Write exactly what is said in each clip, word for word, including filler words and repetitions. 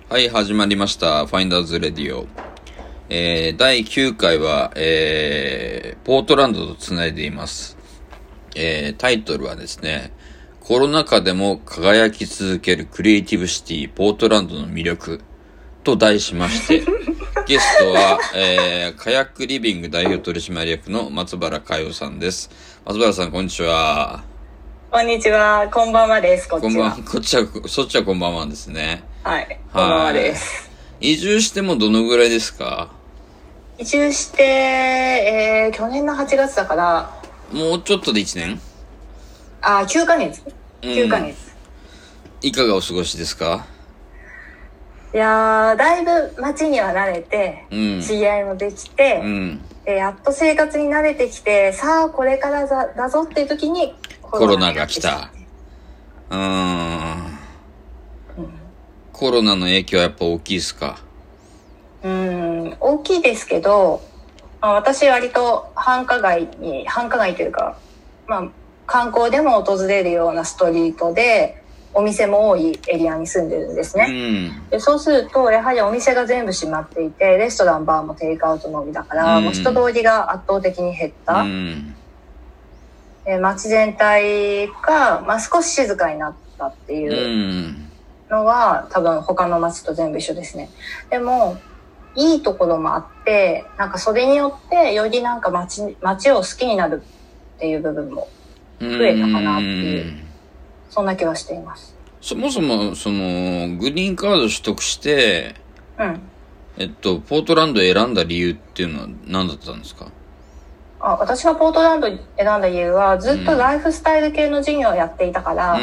はい、始まりました。ファインダーズレディオ。えー、だいきゅうかいは、えー、ポートランドとつないでいます。えー、タイトルはですね、コロナ禍でも輝き続けるクリエイティブシティ、ポートランドの魅力と題しまして、ゲストは、えー、カヤックリビング代表取締役の松原佳代さんです。松原さん、こんにちは。 こんにちは。こんばんはです。こっちは。 こんばんは。こっちは、そっちはこんばんはですね。 はい。こんばんはです。 移住してもどのぐらいですか？ 移住して、えー、去年のはちがつだから。 もうちょっとでいちねん？ あ、きゅうかげつ。きゅうかげつ。 うん、いかがお過ごしですか？ いやー、だいぶ街には慣れて、うん、知り合いもできて、うん、で、やっと生活に慣れてきて、さあこれからだ、だぞっていう時にコロナが来た。うーん。コロナの影響はやっぱ大きいですか？ うーん、大きいですけど、まあ、私割と繁華街に、繁華街というか、まあ、観光でも訪れるようなストリートで、お店も多いエリアに住んでるんですね。うん、でそうすると、やはりお店が全部閉まっていて、レストラン、バーもテイクアウトのみだから、うん、もう人通りが圧倒的に減った。うんで街全体が、まあ、少し静かになったっていうのは、うん、多分他の街と全部一緒ですね。でもいいところもあって、なんかそれによってよりなんか街、街を好きになるっていう部分も増えたかなっていう、うん、そんな気はしています。 そもそもそのグリーンカード取得して、うん、えっとポートランドを選んだ理由っていうのは何だったんですか？ あ、私がポートランド選んだ理由は、ずっとライフスタイル系の事業をやっていたから、うん、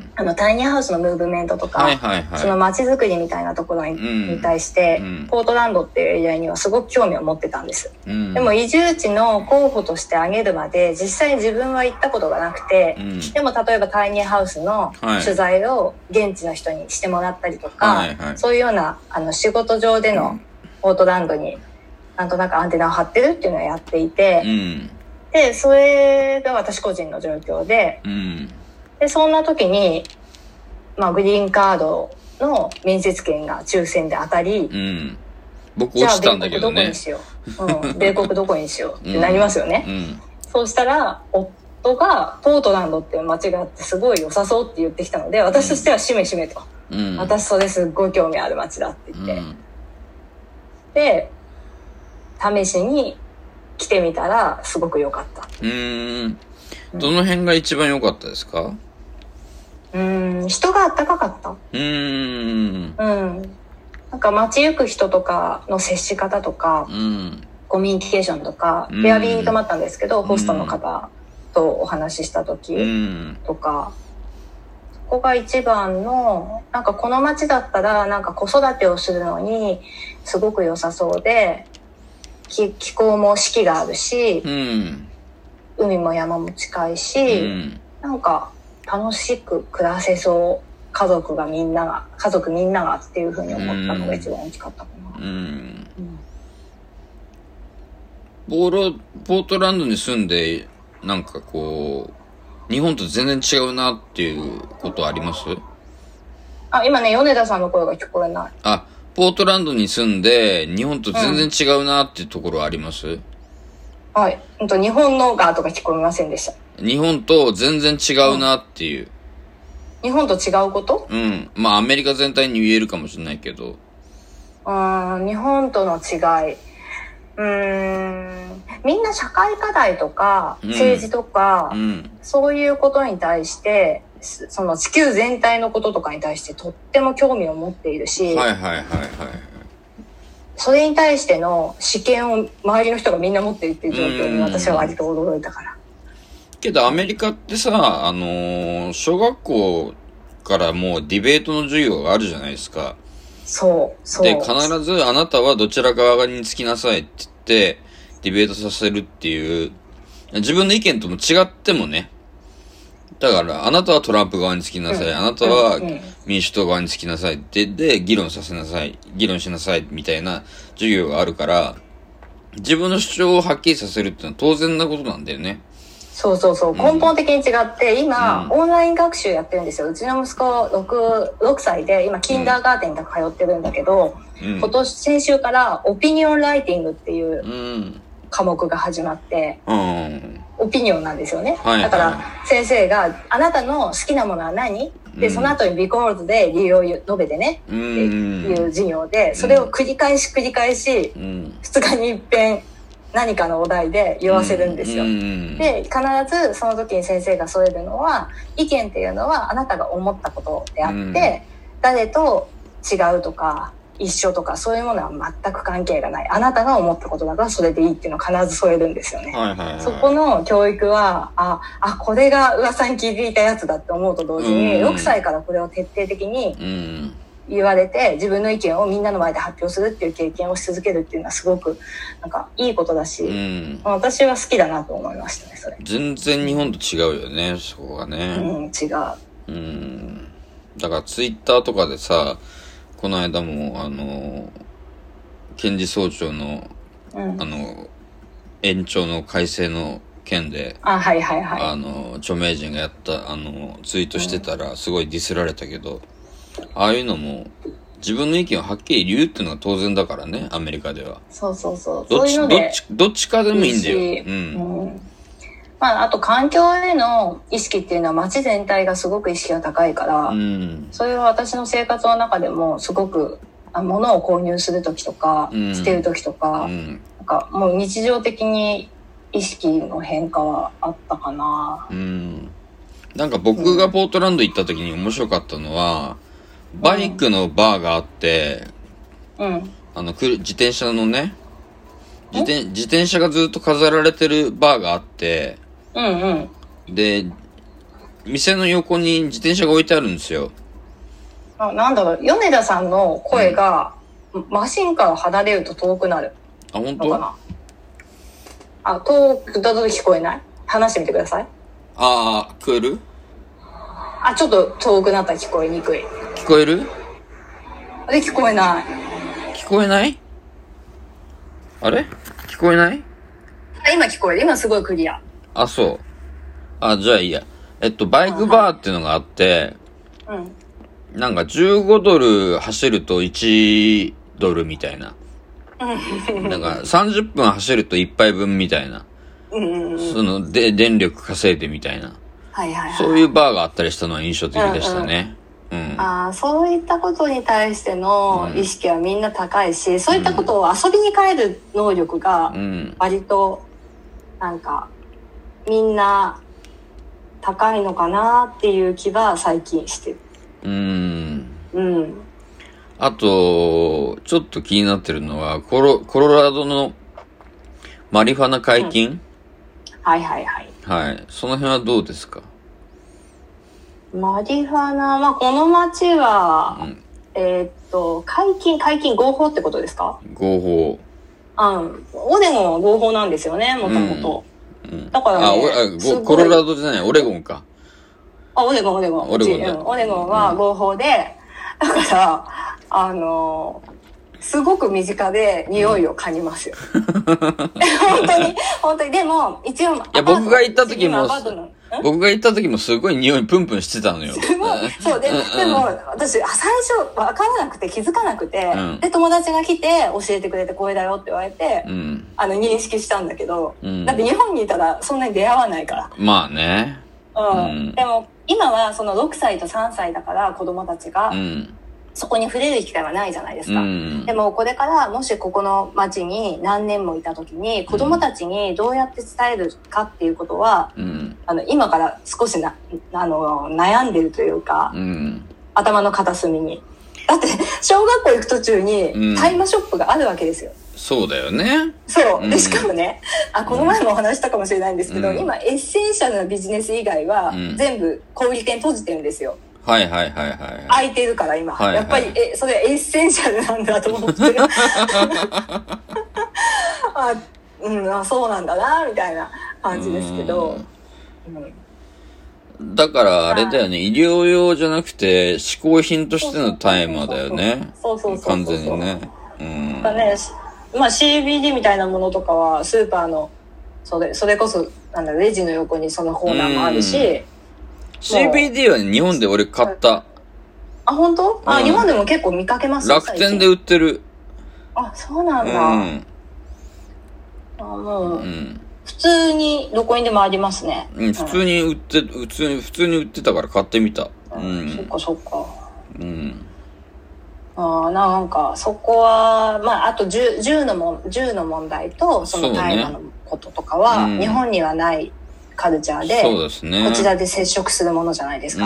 あのタイニーハウスのムーブメントとか、はいはいはい、その街づくりみたいなところに、うん、に対して、うん、ポートランドっていうエリアにはすごく興味を持ってたんです、うん、でも移住地の候補として挙げるまで実際に自分は行ったことがなくて、うん、でも例えばタイニーハウスの取材を現地の人にしてもらったりとか、はいはい、そういうようなあの仕事上でのポートランドになんとなくアンテナを張ってるっていうのをやっていて、うん、でそれが私個人の状況で、うん、でそんな時に、まあ、グリーンカードの面接権が抽選で当たり、うん、 僕落ちたんだけどね。 じゃあ米国どこにしよう、うん、米国どこにしようってなりますよね、うん、そうしたら夫がポートランドっていう街があってすごい良さそうって言ってきたので、私としてはしめしめと、うん、私それすっごい興味ある街だって言って、うん、で試しに来てみたらすごく良かった。 うーん。どの辺が一番良かったですか？ うーん、人が暖かかった。うーん。 うん。なんか街行く人とかの接し方とか、うん、コミュニケーションとか、エアビーに泊まったんですけど、ホストの方とお話しした時とか、そこが一番の、なんかこの街だったらなんか子育てをするのにすごく良さそうで、気候も四季があるし、うん、海も山も近いし、うん、なんか楽しく暮らせそう、家族がみんなが家族みんながっていう風に思ったのが一番大きかったかな、うんうん、 ポーロ、ポートランドに住んでなんかこう日本と全然違うなっていうことあります？ あ、今ね米田さんの声が聞こえない。 あ、ポートランドに住んで日本と全然違うなっていうところあります？うん、 はい。ほんと日本のがとか聞こえませんでした。 日本と全然違うなっていう。うん、 日本と違うこと？ うん。まあアメリカ全体に言えるかもしれないけど。 うーん、日本との違い。うーん、みんな社会課題とか政治とか、うんうん、そういうことに対してその地球全体のこととかに対してとっても興味を持っているし、 はいはいはいはい、 それに対しての知見を周りの人がみんな持っているっていう状況に私は割と驚いたから。 けどアメリカってさ、あのー、小学校からもうディベートの授業があるじゃないですか。 そうそう。 で、必ずあなたはどちら側につきなさいって言ってディベートさせるっていう、自分の意見とも違ってもね、だからあなたはトランプ側につきなさい、うん、あなたは民主党側につきなさいってで議論させなさい、議論しなさいみたいな授業があるから、自分の主張をはっきりさせるってのは当然なことなんだよね。 そうそうそう、根本的に違って、今、うん、オンライン学習やってるんですよ。うちの息子 6, 6歳で、今、キンダーガーテンとか通ってるんだけど、うん、今年、先週からオピニオンライティングっていう科目が始まって、うん、オピニオンなんですよね。はいはい、だから、先生が、あなたの好きなものは何？で、その後に because で理由を述べてね、っていう授業で、それを繰り返し繰り返し、うん、ふつかに一遍、何かのお題で言わせるんですよ。で、必ずその時に先生が添えるのは、意見っていうのはあなたが思ったことであって、誰と違うとか一緒とかそういうものは全く関係がない。あなたが思ったことだからそれでいいっていうのを必ず添えるんですよね。はいはいはい、そこの教育は、あ、あ、これが噂に聞いていたやつだって思うと同時に、ろくさいからこれを徹底的に言われて自分の意見をみんなの前で発表するっていう経験をし続けるっていうのはすごくなんかいいことだし、うん、私は好きだなと思いましたね。それ全然日本と違うよね、そこがね。 うん、違う。 うん、だからツイッターとかでさ、この間もあの検事総長の、うん、あの延長の改正の件で、 あ、はいはいはい、 あの著名人がやったあのツイートしてたらすごいディスられたけど、ああいうのも自分の意見をはっきり言うっていうのが当然だからね、アメリカでは。 そうそうそう。 どっち、どっち、どっちかでもいいんだよ。 うん。うん、まあ、あと環境への意識っていうのは街全体がすごく意識が高いから、うん、それは私の生活の中でもすごく、あ、物を購入するときとか、うん、捨てるときとか、うん、なんかもう日常的に意識の変化はあったかな。 うん。なんか僕がポートランド行った時に面白かったのは、バイクのバーがあって、うん、あの、自転車のね、自転、自転車がずっと飾られてるバーがあって、うんうん、で、店の横に自転車が置いてあるんですよ。 あ、なんだろう、米田さんの声が、うん、マシンから離れると遠くなる。 あ、本当？ あ、遠くだと聞こえない？話してみてください。 ああ、聞こえる？ あ、ちょっと遠くなったら聞こえにくい。 聞こえる？ あれ、聞こえない。 聞こえない？あれ？聞こえない？ あ、今聞こえる。今すごいクリア。 あ、そう。あ、じゃあいいや。えっと、バイクバーっていうのがあって、うん。なんかじゅうごドル走るといちドルみたいな。なんかさんじゅっぷん走るといっぱいぶんみたいな。うんうん、そので電力稼いでみたいな、はいはいはい、そういうバーがあったりしたのは印象的でしたね。うんうん、 ああ、そういったことに対しての意識はみんな高いし、うん、そういったことを遊びに変える能力が割となんかみんな高いのかなっていう気は最近してる。うん。 うん。あとちょっと気になってるのはコロコロラドのマリファナ解禁。うん、 はいはいはい。 はい。その辺はどうですか？ マリファナ、まあ、この町は、うん、えー、っと、解禁、解禁合法ってことですか？ 合法。 うん。オレゴンは合法なんですよね、もともと。だからね、 あ、あ、コロラドじゃない、オレゴンか。 あ、オレゴン、オレゴン。 オレゴン、ね、 うん。オレゴンは合法で、うん、だから、あのー、すごく身近で匂いを感じますよ。うん、本当に、本当に。でも、一応、いや、僕が行った時も、僕が行った時もすごい匂いプンプンしてたのよ。 すごい。そうで、でも、私、最初分からなくて気づかなくて、うん、で、友達が来て教えてくれてこれだよって言われて、うん、あの、認識したんだけど、うん、だって日本にいたらそんなに出会わないから。 まあね。 うん。うん、でも、今はそのろくさいとさんさいだから子供たちが、うんそこに触れる機会はないじゃないですか。うん、でもこれからもしここの町に何年もいた時に子供たちにどうやって伝えるかっていうことは、うん、あの今から少しなあの悩んでるというか、うん、頭の片隅に。だって小学校行く途中に大麻ショップがあるわけですよ。 うん、そうだよね。 そう。で、しかもね、あ、この前もお話したかもしれないんですけど、うん、今エッセンシャルなビジネス以外は全部小売店閉じてるんですよ。 はいはいはいはい。 空いてるから今。はいはい、やっぱり、え、それはエッセンシャルなんだと思って。あ、うん、あ、そうなんだな、みたいな感じですけど。 うん、だからあれだよね、医療用じゃなくて、嗜好品としての大麻だよね。 そうそうそうそう。 完全にね。うん。 だね、まあ シービーディー みたいなものとかは、スーパーのそれ、それこそ、なんだ、レジの横にそのコーナーもあるし。 シービーディー はね、日本で俺買った。 あ、本当？あ、うん、日本でも結構見かけます。 楽天で売ってる。 あ、そうなんだ。うん。あ、もう、うん、普通にどこにでもありますね。 うん、普通に売って、普通に、普通に売ってたから買ってみた。 うん。うん、そっかそっか。 うん。 ああ、なんか、そこは、まあ、あと銃、銃のも、銃の問題と、その大麻のこととかは、ね、うん、日本にはないカルチャーで、 そうですね、 こちらで接触するものじゃないですか。 うん、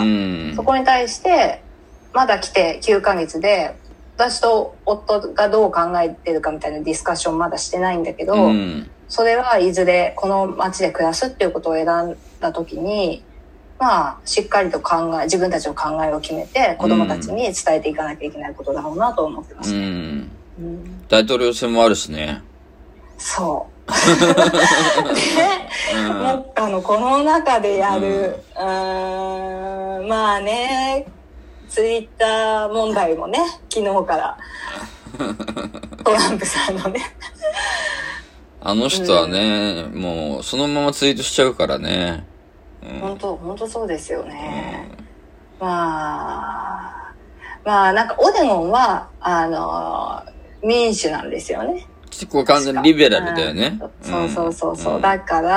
そこに対して、まだ来てきゅうかげつで、私と夫がどう考えてるかみたいなディスカッションまだしてないんだけど、うん、それはいずれこの街で暮らすっていうことを選んだ時に、まあ、しっかりと考え、自分たちの考えを決めて、子供たちに伝えていかなきゃいけないことだろうなと思ってますね。 うんうん、大統領選もあるしね。 そう。ね、うん、もうあの、この中でやる、うん、うーん、まあね、ツイッター問題もね、昨日から、トランプさんのね。 あの人はね、うん、もう、そのままツイートしちゃうからね。 本当、本当そうですよね。うん、まあ、まあなんかオレゴンはあの民主なんですよね。 結構完全にリベラルだよね。 うん、そうそうそうそう、うん、だから、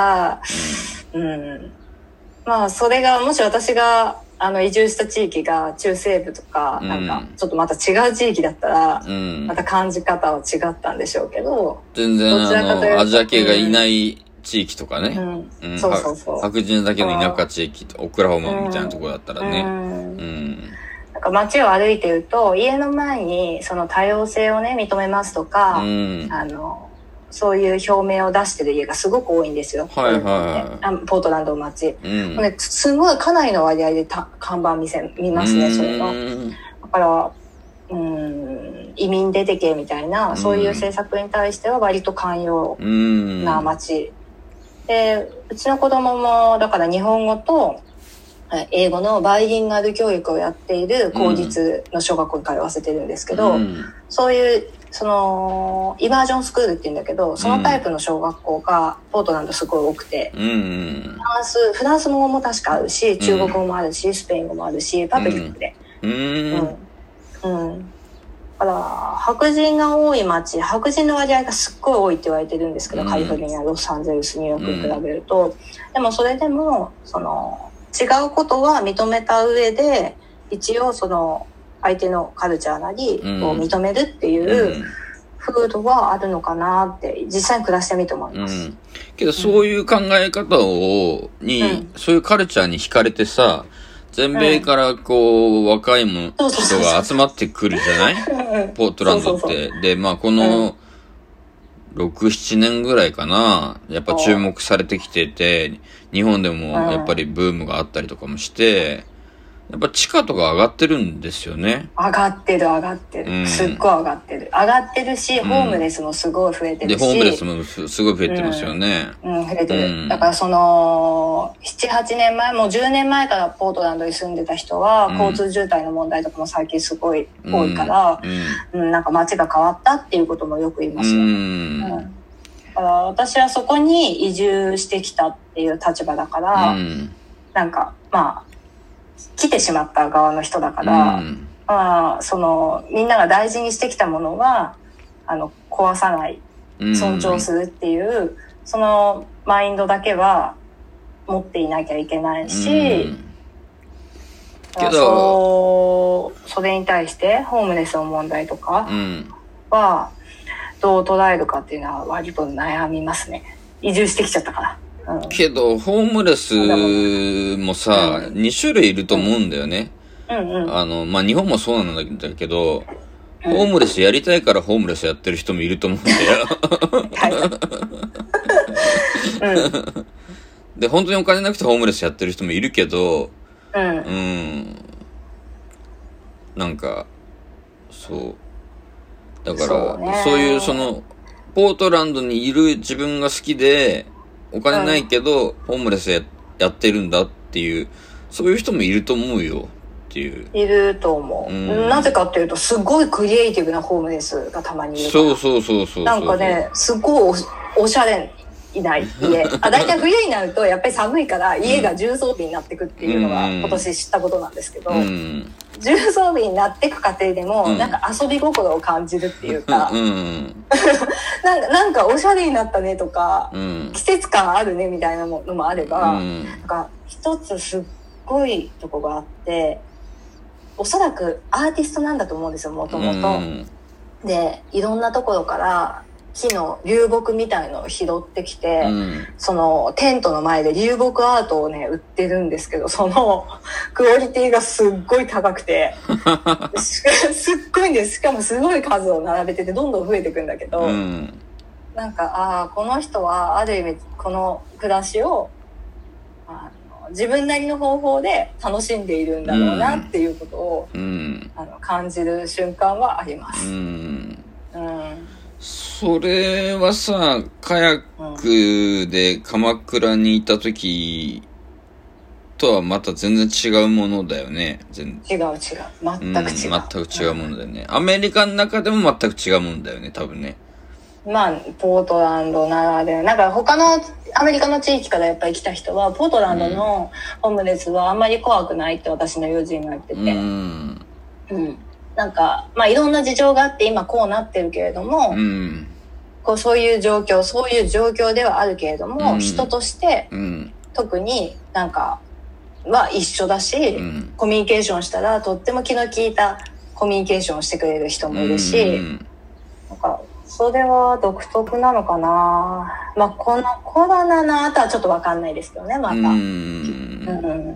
うん、うん、まあそれがもし私があの移住した地域が中西部とか、うん、なんかちょっとまた違う地域だったら、うん、また感じ方は違ったんでしょうけど、 全然あのアジア系がいない、うん地域とかね、 うんうん、そうそうそう、 白人だけの田舎地域、オクラホマみたいなところだったらね、うんうん、 なんか街を歩いてると家の前にその多様性をね認めますとか、うん、あのそういう表明を出してる家がすごく多いんですよ、 はいはいはい、 ポートランドの街、 うん、 ね、すごいかなりの割合でた看板見せ見ますね、それのだからうん移民出てけみたいな、そういう政策に対しては割と寛容な街、うんでうちの子供もだから日本語と英語のバイリンガル教育をやっている公立の小学校に通わせてるんですけど、うん、そういうそのイマージョンスクールっていうんだけど、そのタイプの小学校がポートランドすごい多くて、 うん、 フランス、フランス語も確かあるし、中国語もあるし、スペイン語もあるし、パブリックで、 うんうんうんだから白人が多い街、白人の割合がすっごい多いって言われてるんですけど、うん、カリフォルニア、ロサンゼルス、ニューヨークに比べると、うん、でもそれでもその違うことは認めた上で一応その相手のカルチャーなりを認めるっていう風土はあるのかなって実際に暮らしてみて思います、うん、 けどそういう考え方をに、うん、そういうカルチャーに惹かれてさ、全米からこう、うん、若いも人が集まってくるじゃないポートランドって。そうそうそうで、まあこの、ろく、ななねんぐらいかな、やっぱ注目されてきてて、日本でもやっぱりブームがあったりとかもして、やっぱ地価とか上がってるんですよね。 上がってる上がってる、うん、すっごい上がってる上がってるし、うん、ホームレスもすごい増えてるし、 でホームレスもすごい増えてますよね、 うん、うん、増えてる、うん、だからその ななはちねんまえもうじゅうねんまえからポートランドに住んでた人は、うん、交通渋滞の問題とかも最近すごい多いから、うんうん、なんか街が変わったっていうこともよく言いますよね、うんうん、だから私はそこに移住してきたっていう立場だから、うん、なんかまあ来てしまった側の人だから、うん、まあ、そのみんなが大事にしてきたものはあの壊さない、尊重するっていう、うん、そのマインドだけは持っていなきゃいけないし、うん、けど そ, それに対してホームレスの問題とかはどう捉えるかっていうのは割と悩みますね。移住してきちゃったから。うん、けどホームレスもさ、うん、に種類いると思うんだよね、 うんうん、 あのまあ日本もそうなんだけど、うん、ホームレスやりたいからホームレスやってる人もいると思うんだようん、で本当にお金なくてホームレスやってる人もいるけど、 うん、 うん、なんかそうだからそう、そういうそのポートランドにいる自分が好きでお金ないけど、うん、ホームレス や, やってるんだっていうそういう人もいると思うよっていういると思う、うん、なぜかっていうとすごいクリエイティブなホームレスがたまにいるそうそうそうそうなんかねすごい お, おしゃれいない家。あ、大体冬になるとやっぱり寒いから家が重装備になってくっていうのが今年知ったことなんですけど、うん、重装備になってく過程でも、うん、なんか遊び心を感じるっていうか、うん、なんか、なんかおしゃれになったねとか、うん、季節感あるねみたいなのもあれば、うん、なんか一つすっごいとこがあって、おそらくアーティストなんだと思うんですよ、もともと。で、いろんなところから木の流木みたいのを拾ってきて、うん、そのテントの前で流木アートをね売ってるんですけど、そのクオリティがすっごい高くてすっごいんです。しかもすごい数を並べててどんどん増えていくんだけど、うん、なんかああこの人はある意味この暮らしをあの自分なりの方法で楽しんでいるんだろうなっていうことを、うん、あの感じる瞬間はあります。うんうんそれはさ、カヤックで鎌倉にいた時とはまた全然違うものだよね。全違う違う。全く違う、うん。 全く違うものだよね。アメリカの中でも全く違うものだよね、多分ね。 まあ、ポートランドならで、なんか他のアメリカの地域からやっぱり来た人は、ポートランドのホームレスはあんまり怖くないって私の友人が言ってて。うん。うんなんか、まあいろんな事情があって今こうなってるけれども、うん、こうそういう状況、そういう状況ではあるけれども、うん、人として、うん、特になんかは一緒だし、うん、コミュニケーションしたらとっても気の利いたコミュニケーションをしてくれる人もいるし、うん、なんかそれは独特なのかな。まあこのコロナの後はちょっとわかんないですけどね、また。うん、うん、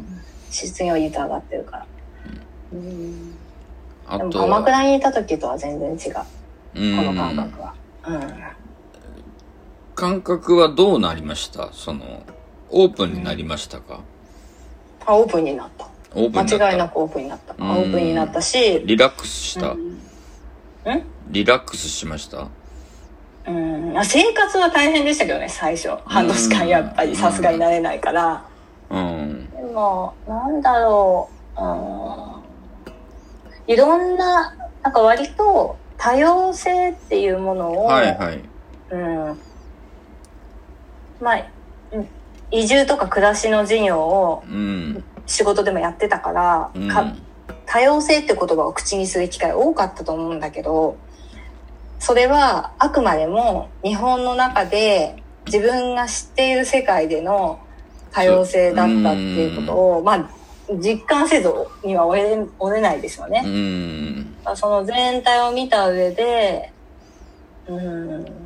質が上がってるから。うんでも鎌倉にいた時とは全然違う。この感覚は。うん。 感覚はどうなりました？そのオープンになりましたか？ うん、あオープンになった。オープンになった。間違いなくオープンになった。オープンになったし。 リラックスした。うん。リラックスしました。 うん。生活は大変でしたけどね最初半年間やっぱりさすがに慣れないから。うん。でもなんだろう。うんいろんな、なんか割と多様性っていうものを、はいはい。うん。まあ、移住とか暮らしの事業を仕事でもやってたから、うん、か多様性って言葉を口にする機会多かったと思うんだけど、それはあくまでも日本の中で自分が知っている世界での多様性だったっていうことを、まあ、実感せずには折れ、折れないですよね。うん。その全体を見た上で、うん。だ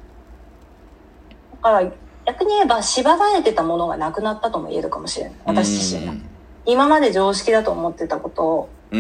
から逆に言えば縛られてたものがなくなったとも言えるかもしれない。私自身が。今まで常識だと思ってたことを、うん。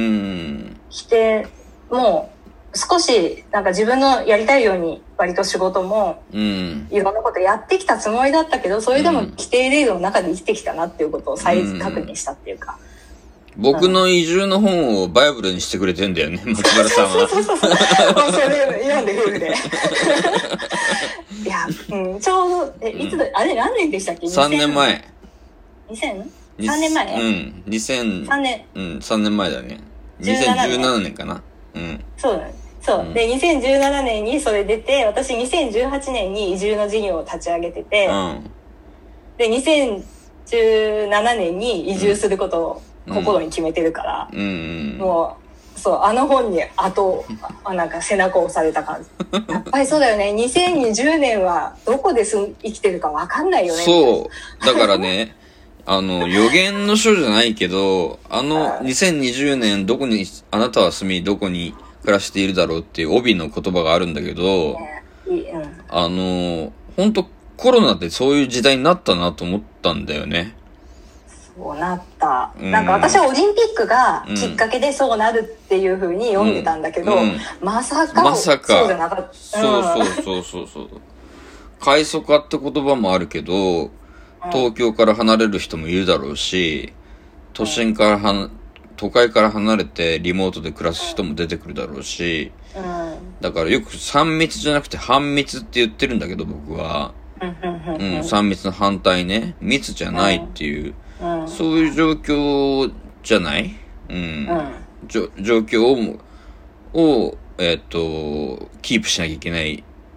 否定、もう少しなんか自分のやりたいように割と仕事も、うん。いろんなことやってきたつもりだったけど、それでも規定レールの中で生きてきたなっていうことを再確認したっていうか。 うん、僕の移住の本をバイブルにしてくれてんだよね、松原さんは。そうそうそうそう。 それ読んで夫婦で。いや、うん、ちょうど、え、いつだ、あれ何年でしたっけ ? さん 年前。 にせん? さんねんまえうん、にせん。 さんねん。 うん、さんねんまえだね。にせんじゅうななねんかな。うん。 そうだね。そう。うん、で、にせんじゅうななねんにそれ出て、私にせんじゅうはちねんに移住の事業を立ち上げてて、うん、で、にせんじゅうななねんに移住することを心に決めてるから、うん、もう、そう、あの本に後、なんか背中を押された感じ。やっぱりそうだよね。にせんにじゅうねんはどこで生きてるか分かんないよね。 そう。だからね、あの、予言の書じゃないけど、あのにせんにじゅうねんどこに、あなたは住み、どこに暮らしているだろうっていう帯の言葉があるんだけど、ねいいうん、あの、本当コロナってそういう時代になったなと思ったんだよね。 そうなった。うん、なんか私はオリンピックがきっかけでそうなるっていう風に読んでたんだけど、うんうん、まさか、 まさかそうじゃなかった。 そうそうそうそうそう。過疎化って言葉もあるけど、東京から離れる人もいるだろうし、都心からは、うん、都会から離れてリモートで暮らす人も出てくるだろうし、うん、だからよくさん密じゃなくて半密って言ってるんだけど僕は、うん、さん密の反対ね、密じゃないっていう、うん、そういう状況じゃない、うんうん、じょ状況を、を、えっと、キープしなきゃいけない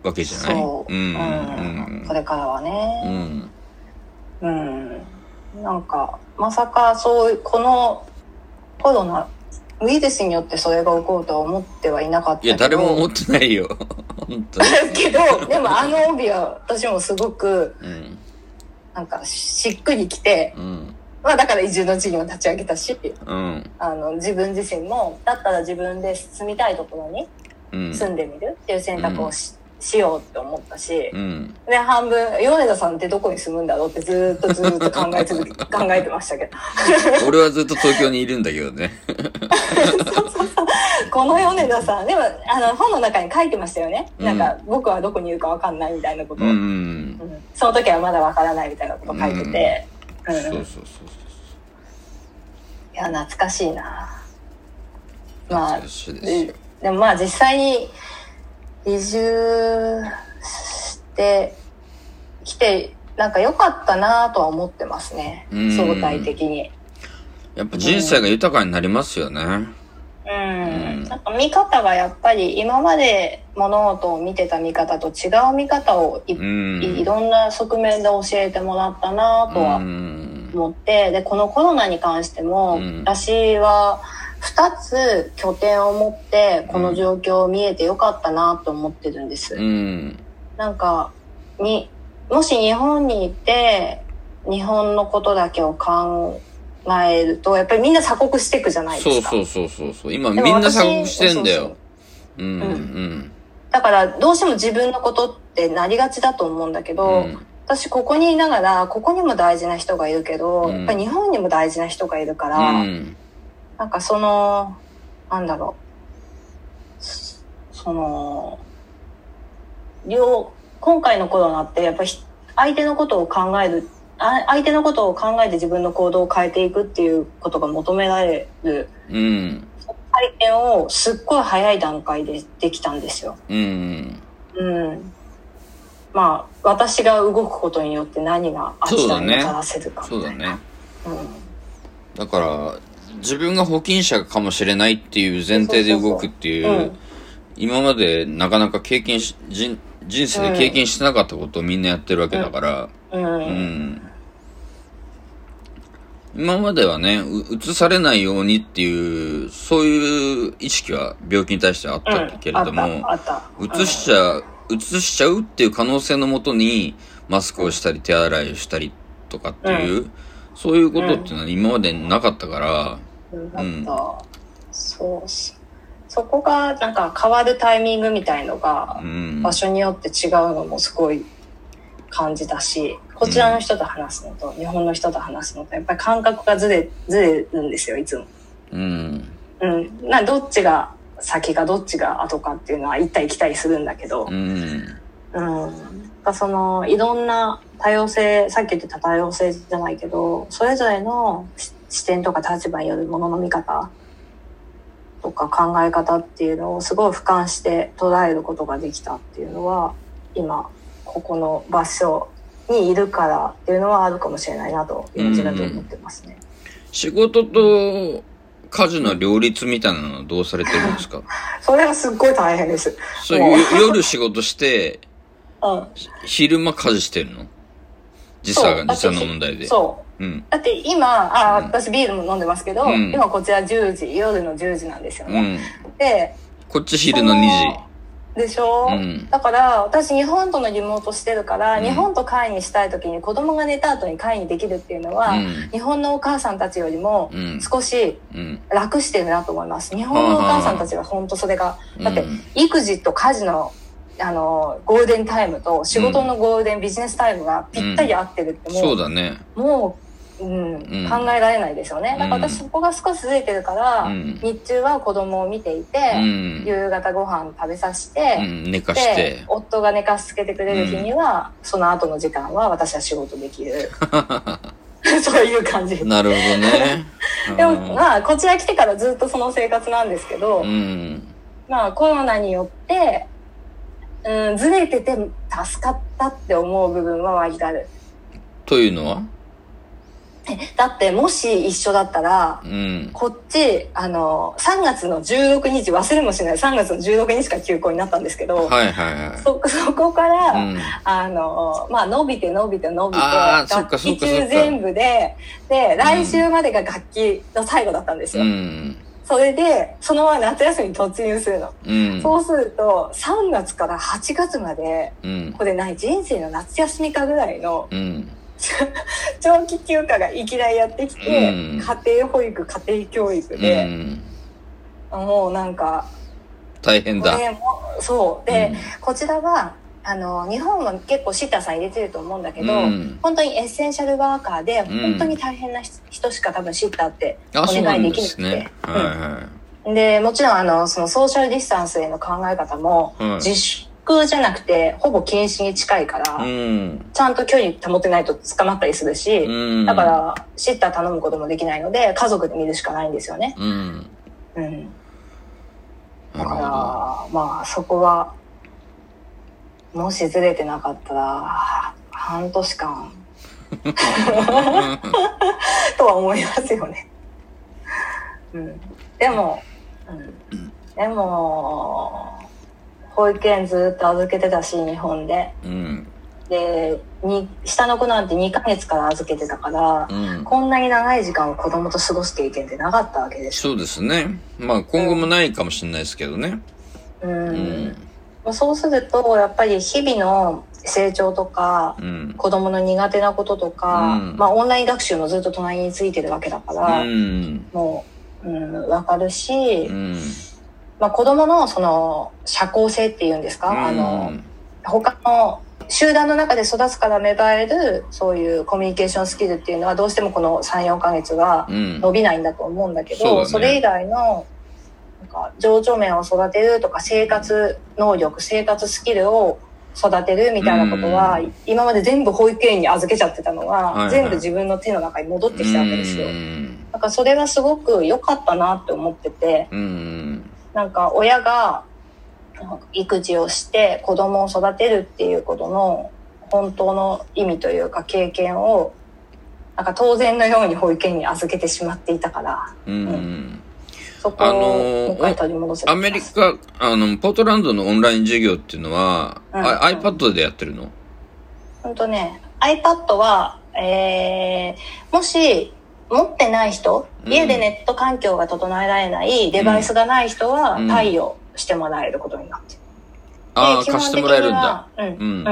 わけじゃない。 そう、うん、うん、これからはね、うん、うん、なんかまさかそうこのコロナウイルスによってそれが起こるとは思ってはいなかったけど。いや誰も思ってないよ本当にけどでもあの帯は私もすごく、うん、なんかしっくりきて、うん、まあだから移住の事業を立ち上げたし、うん、あの自分自身もだったら自分で住みたいところに住んでみるっていう選択をし、うん、しようって思ったし、うん、で半分米田さんってどこに住むんだろうってずっとずっと考え続け考えてましたけど俺はずっと東京にいるんだけどねそうそうそうこの米田さんでもあの本の中に書いてましたよね、うん、なんか僕はどこにいるか分かんないみたいなことを、うんうんうん、その時はまだ分からないみたいなこと書いてて、うんうん、そうそうそうそういや懐かしいな。まあで, でもまあ実際に移住してきてなんか良かったなとは思ってますね、相対的に。 やっぱ人生が豊かになりますよね。うん、 うん、なんか見方がやっぱり今まで物事を見てた見方と違う見方を い,、うん、いろんな側面で教えてもらったなとは思って、でこのコロナに関しても、うん、私はふたつ拠点を持ってこの状況を見えてよかったなと思ってるんです、うん、なんかにもし日本にいて日本のことだけを考えるとやっぱりみんな鎖国していくじゃないですか。 そうそうそうそう今みんな鎖国してんだよ。うんうん、 だからどうしても自分のことってなりがちだと思うんだけど、うん、私ここにいながらここにも大事な人がいるけど、うん、やっぱり日本にも大事な人がいるから、うん、なんかそのなんだろうその両今回のコロナってやっぱり相手のことを考える相手のことを考えて自分の行動を変えていくっていうことが求められる、うん、体験をすっごい早い段階でできたんですよ、うんうん、まあ私が動くことによって何があちらにもたらせるかみたいな。そうだね、 そうだね、うん、だから自分が保険者かもしれないっていう前提で動くっていう、そうそうそう、うん、今までなかなか経験し 人, 人生で経験してなかったことをみんなやってるわけだから、うんうんうん今まではね、うつされないようにっていう、そういう意識は病気に対してあったけれども、うつしちゃう、うつしちゃうっていう可能性のもとに、マスクをしたり手洗いをしたりとかっていう、うん、そういうことっていうのは今までなかったから、 うん。うん、そうそこがなんか変わるタイミングみたいのが、場所によって違うのもすごい感じだし、こちらの人と話すのと、うん、日本の人と話すのとやっぱり感覚がずれずれるんですよいつも。うん。うん。などっちが先かどっちが後かっていうのは行ったり来たりするんだけど。うん。うん。そのいろんな多様性さっき言ってた多様性じゃないけどそれぞれの視点とか立場によるものの見方とか考え方っていうのをすごい俯瞰して捉えることができたっていうのは今ここの場所にいるからっていうのはあるかもしれないなと今自分で思ってますね。 仕事と家事の両立みたいなのはどうされてるんですか？ それはすっごい大変です。 そう夜仕事して、うん、昼間家事してるの？時差が時差の問題で。 そう。うん、だって今あ私ビールも飲んでますけど、うん、今こちらじゅうじ夜のじゅうじなんですよね。うん、でこっち昼のにじ。 でしょ、うん、だから私日本とのリモートしてるから、うん、日本と会にしたい時に子供が寝た後に会にできるっていうのは、うん、日本のお母さんたちよりも少し楽してるなと思います、うん、日本のお母さんたちは本当それが、うん、だって育児と家事のあのゴールデンタイムと仕事のゴールデンビジネスタイムがぴったり合ってるってもう、 うん、そうだねもううんうん、考えられないですよね。だから私そこが少しずれてるから、うん、日中は子供を見ていて、うん、夕方ご飯食べさせて、うん、 寝かして夫が寝かしつけてくれる日には、うん、その後の時間は私は仕事できるそういう感じ。 なるほどねでもまあこちら来てからずっとその生活なんですけど、うん、まあコロナによって、うん、ずれてて助かったって思う部分は割とある。 というのはだってもし一緒だったら、うん、こっちあのさんがつのじゅうろくにち忘れもしないさんがつのじゅうろくにちから休校になったんですけど、 はいはいはい、 そ, そこから、うん、あのまあ伸びて伸びて伸びて学期中全部でで来週までが学期の最後だったんですよ、うん、それでそのまま夏休みに突入するの、うん、そうするとさんがつからはちがつまで、うん、これ何人生の夏休みかぐらいの、うん長期休暇がいきなりやってきて、うん、家庭保育家庭教育で、うん、もうなんか大変だ。 そうで、うん、こちらはあの日本は結構シッターさん入れてると思うんだけど、うん、本当にエッセンシャルワーカーで、うん、本当に大変な人しか多分シッターってお願いできなくて、ねはいはい、でもちろんあのそのソーシャルディスタンスへの考え方も、うん、自粛じゃなくてほぼ禁止に近いから、うん、ちゃんと距離保ってないと捕まったりするし、うん、だからシッター頼むこともできないので家族で見るしかないんですよね、うんうん、だからまあそこはもしずれてなかったら半年間とは思いますよね、うん、でも、うん、でも保育園ずっと預けてたし日本で、うん、でに下の子なんてにかげつから預けてたから、うん、こんなに長い時間を子供と過ごす経験ってなかったわけです。 そうですね。まあ今後もないかもしれないですけどね、 うんうんうん、そうするとやっぱり日々の成長とか、うん、子供の苦手なこととか、うんまあ、オンライン学習もずっと隣についてるわけだから、うん、もう、うん、分かるし、うんまあ、子供のその社交性っていうんですか、うん、あの他の集団の中で育つから芽生えるそういうコミュニケーションスキルっていうのはどうしてもこの さん,よん ヶ月は伸びないんだと思うんだけど、うん そ, ね、それ以外のなんか情緒面を育てるとか生活能力生活スキルを育てるみたいなことは、うん、今まで全部保育園に預けちゃってたのが、はいはい、全部自分の手の中に戻ってきたわけですよ、うん、だからそれがすごく良かったなって思ってて、うんなんか親が育児をして子供を育てるっていうことの本当の意味というか経験をなんか当然のように保育園に預けてしまっていたから、うんうん、そこをもう一回取り戻せた。 アメリカあのポートランドのオンライン授業っていうのは、うんうん、iPad でやってるの？ ほんとね iPad は、えー、もし持ってない人、家でネット環境が整えられないデバイスがない人は貸与してもらえることになってる、 うん、ああ貸してもらえるんだ、 うんうんうん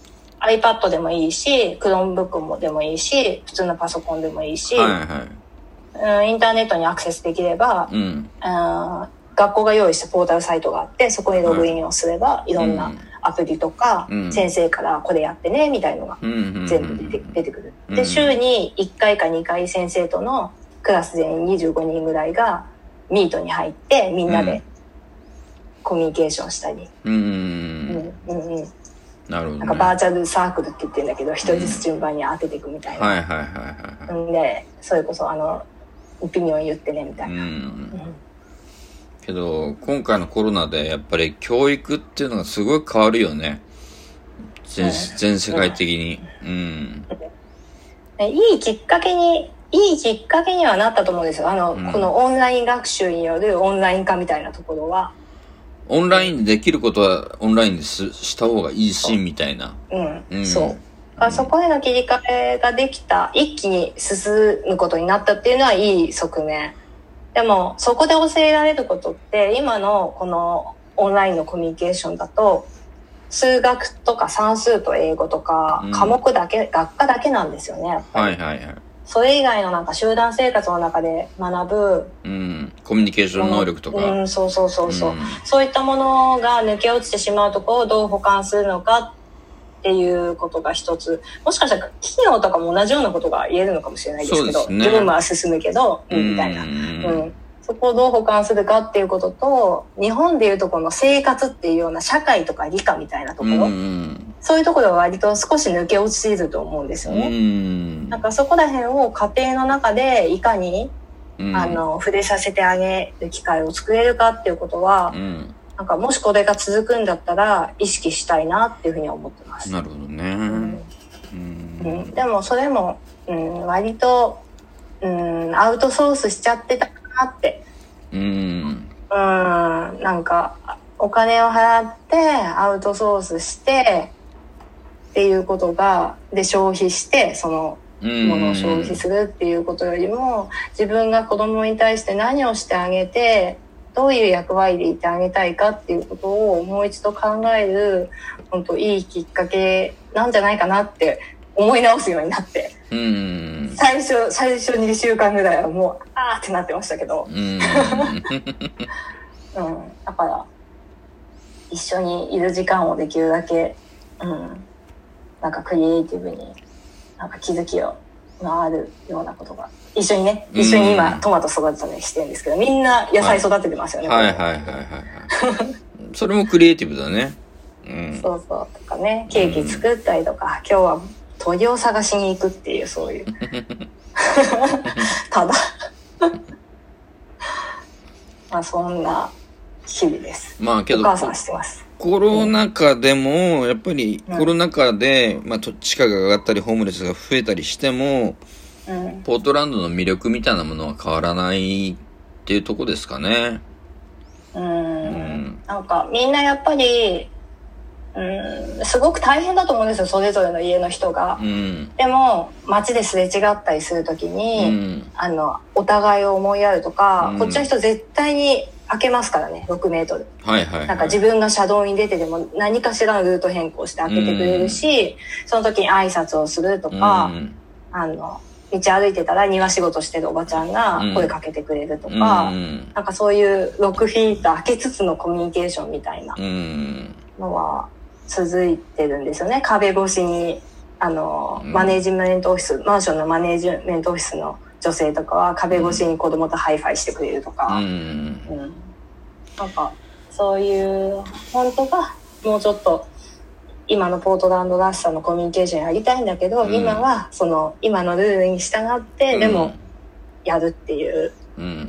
、iPad でもいいし Chromebook もでもいいし普通のパソコンでもいいし、はいはい、インターネットにアクセスできれば、うん、あ学校が用意したポータルサイトがあってそこにログインをすれば、はい、いろんなアプリとか、うん、先生からこれやってねみたいのが全部出て、出てくる、うん、で週にいっかいかにかい先生とのクラス全員にじゅうごにんぐらいがミートに入ってみんなでコミュニケーションしたり、うんうんうんうん、なるほどね、なんかバーチャルサークルって言ってるんだけど一人ずつ順番に当てていくみたいな、うん、はいはいはいはい、でそれこそあのオピニオン言ってねみたいな、うんうんけど今回のコロナでやっぱり教育っていうのがすごい変わるよね 全,、うん、全世界的に、うんうん、いいきっかけにいいきっかけにはなったと思うんですよあの、うん、このオンライン学習によるオンライン化みたいなところはオンラインでできることはオンラインでした方がいいしみたいなうん、うん、そうあそこへの切り替えができた一気に進むことになったっていうのはいい側面でもそこで教えられることって今のこのオンラインのコミュニケーションだと数学とか算数と英語とか科目だけ、うん、学科だけなんですよねやっぱり、はいはいはい、それ以外のなんか集団生活の中で学ぶ、 うん、コミュニケーション能力とか、 うん、そうそうそうそう、うん、そういったものが抜け落ちてしまうところをどう補完するのかっていうことが一つもしかしたら企業とかも同じようなことが言えるのかもしれないですけど業務は進むけど、うん、みたいな、うん、そこをどう補完するかっていうことと日本でいうとこの生活っていうような社会とか理科みたいなところ、うん、そういうところは割と少し抜け落ちると思うんですよね、うん、なんかそこら辺を家庭の中でいかに、うん、あの触れさせてあげる機会を作れるかっていうことは、うんなんかもしこれが続くんだったら意識したいなっていうふうには思ってます。 なるほどね、 うんうんうん、でもそれもうん、割と、うん、アウトソースしちゃってたなって。 うん。うん、 なんか、お金を払ってアウトソースしてっていうことが、で消費して、そのものを消費するっていうことよりも、自分が子供に対して何をしてあげて、どういう役割でいてあげたいかっていうことをもう一度考える、本当いいきっかけなんじゃないかなって思い直すようになって、 うん、 最初最初にしゅうかんぐらいはもうあーってなってましたけど、うん、うん、だから一緒にいる時間をできるだけ、うん、なんかクリエイティブになんか気づきをのあるようなことが一緒にね、一緒に今トマト育てたりしてるんですけど、みんな野菜育ててますよね。 はいはいはいはいはいそれもクリエイティブだね。 うん、そうそうとかね、ケーキ作ったりとか、うん、今日は鳥を探しに行くっていう、そういうただまあそんな日々です。 まあけどお母さんしてます。 コロナ禍でもやっぱりコロナ禍で、うん、まあ地価が上がったりホームレスが増えたりしても、うん、ポートランドの魅力みたいなものは変わらないっていうとこですかね。 うん、うん、なんかみんなやっぱりうん、すごく大変だと思うんですよ、それぞれの家の人が、うん、でも街ですれ違ったりするときに、うん、あのお互いを思いやるとか、うん、こっちの人絶対に開けますからね、ろくメートル、 はいはいはい、 なんか自分が車道に出てでも何かしらのルート変更して開けてくれるし、うん、その時に挨拶をするとか、うん、あの道歩いてたら庭仕事してるおばちゃんが声かけてくれるとか、うん、なんかそういうろくフィート開けつつのコミュニケーションみたいなのは続いてるんですよね。壁越しにあの、うん、マネージメントオフィス、マンションのマネージメントオフィスの女性とかは壁越しに子供とハイファイしてくれるとか、うんうん、なんかそういう本当はもうちょっと今のポートランドらしさのコミュニケーションやりたいんだけど、うん、今はその今のルールに従って、うん、でもやるっていう、うんうん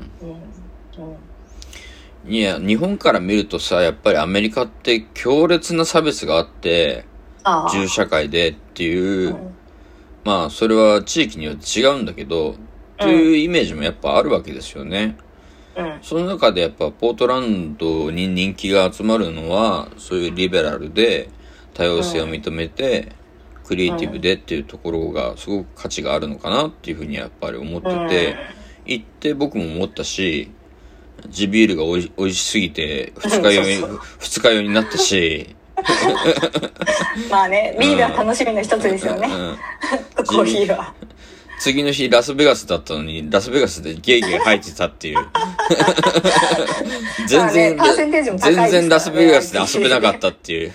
うん、いや日本から見るとさ、やっぱりアメリカって強烈な差別があって銃社会でっていう、うん、まあそれは地域によって違うんだけど、うん、というイメージもやっぱあるわけですよね、うん、その中でやっぱポートランドに人気が集まるのはそういうリベラルで多様性を認めて、うん、クリエイティブでっていうところがすごく価値があるのかなっていうふうにやっぱり思ってて、うん、行って僕も思ったし、地ビールがおいおいしすぎて二日酔い二日酔いになったしまあね、ビールは楽しみの一つですよね、うんうん、コーヒーは。 次の日ラスベガスだったのにラスベガスでゲイゲイ入ってたっていう全然、 まあね、全然ラスベガスで遊べなかったっていう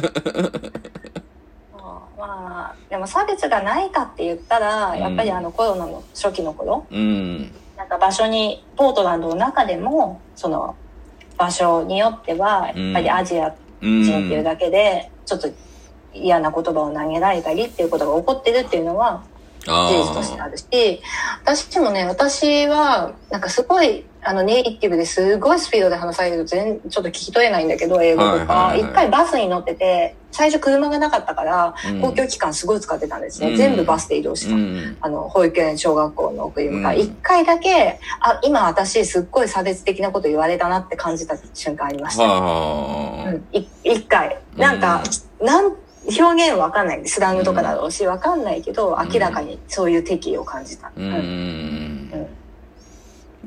まあでも差別がないかって言ったら、うん、やっぱりあのコロナの初期の頃、うん、なんか場所にポートランドの中でもその場所によってはやっぱりアジア人っていうだけでちょっと嫌な言葉を投げられたりっていうことが起こってるっていうのは事実としてあるし、私もね、私はなんかすごいあのネイティブですごいスピードで話されると全ちょっと聞き取れないんだけど、英語とか、はいはいはい、一回バスに乗ってて最初車がなかったから、うん、公共機関すごい使ってたんですね、うん、全部バスで移動した、うん、あの保育園小学校の送り迎え、一、うん、回だけあ今私すっごい差別的なこと言われたなって感じた瞬間ありました、うん、一回なんか、うん、なん表現わかんないスラングとかだろうしわかんないけど、明らかにそういう敵意を感じた、うんうんうん、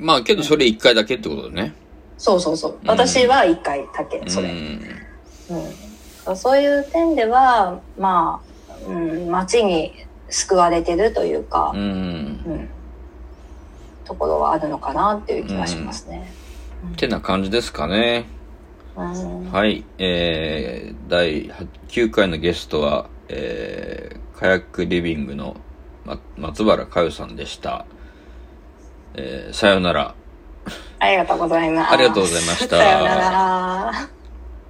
まあけどそれ一回だけってことだね。 そうそうそう、私は一回だけそれ、うんうん、そういう点ではまあ、うん、街に救われてるというか、うんうん、ところはあるのかなっていう気がしますね、 うん、ってな感じですかね。はい、えー、だいきゅうかいのゲストは、えー、カヤックリビングの、ま、松原佳代さんでした。えー、さようなら。 ありがとうございます。 ありがとうございました。 さようなら。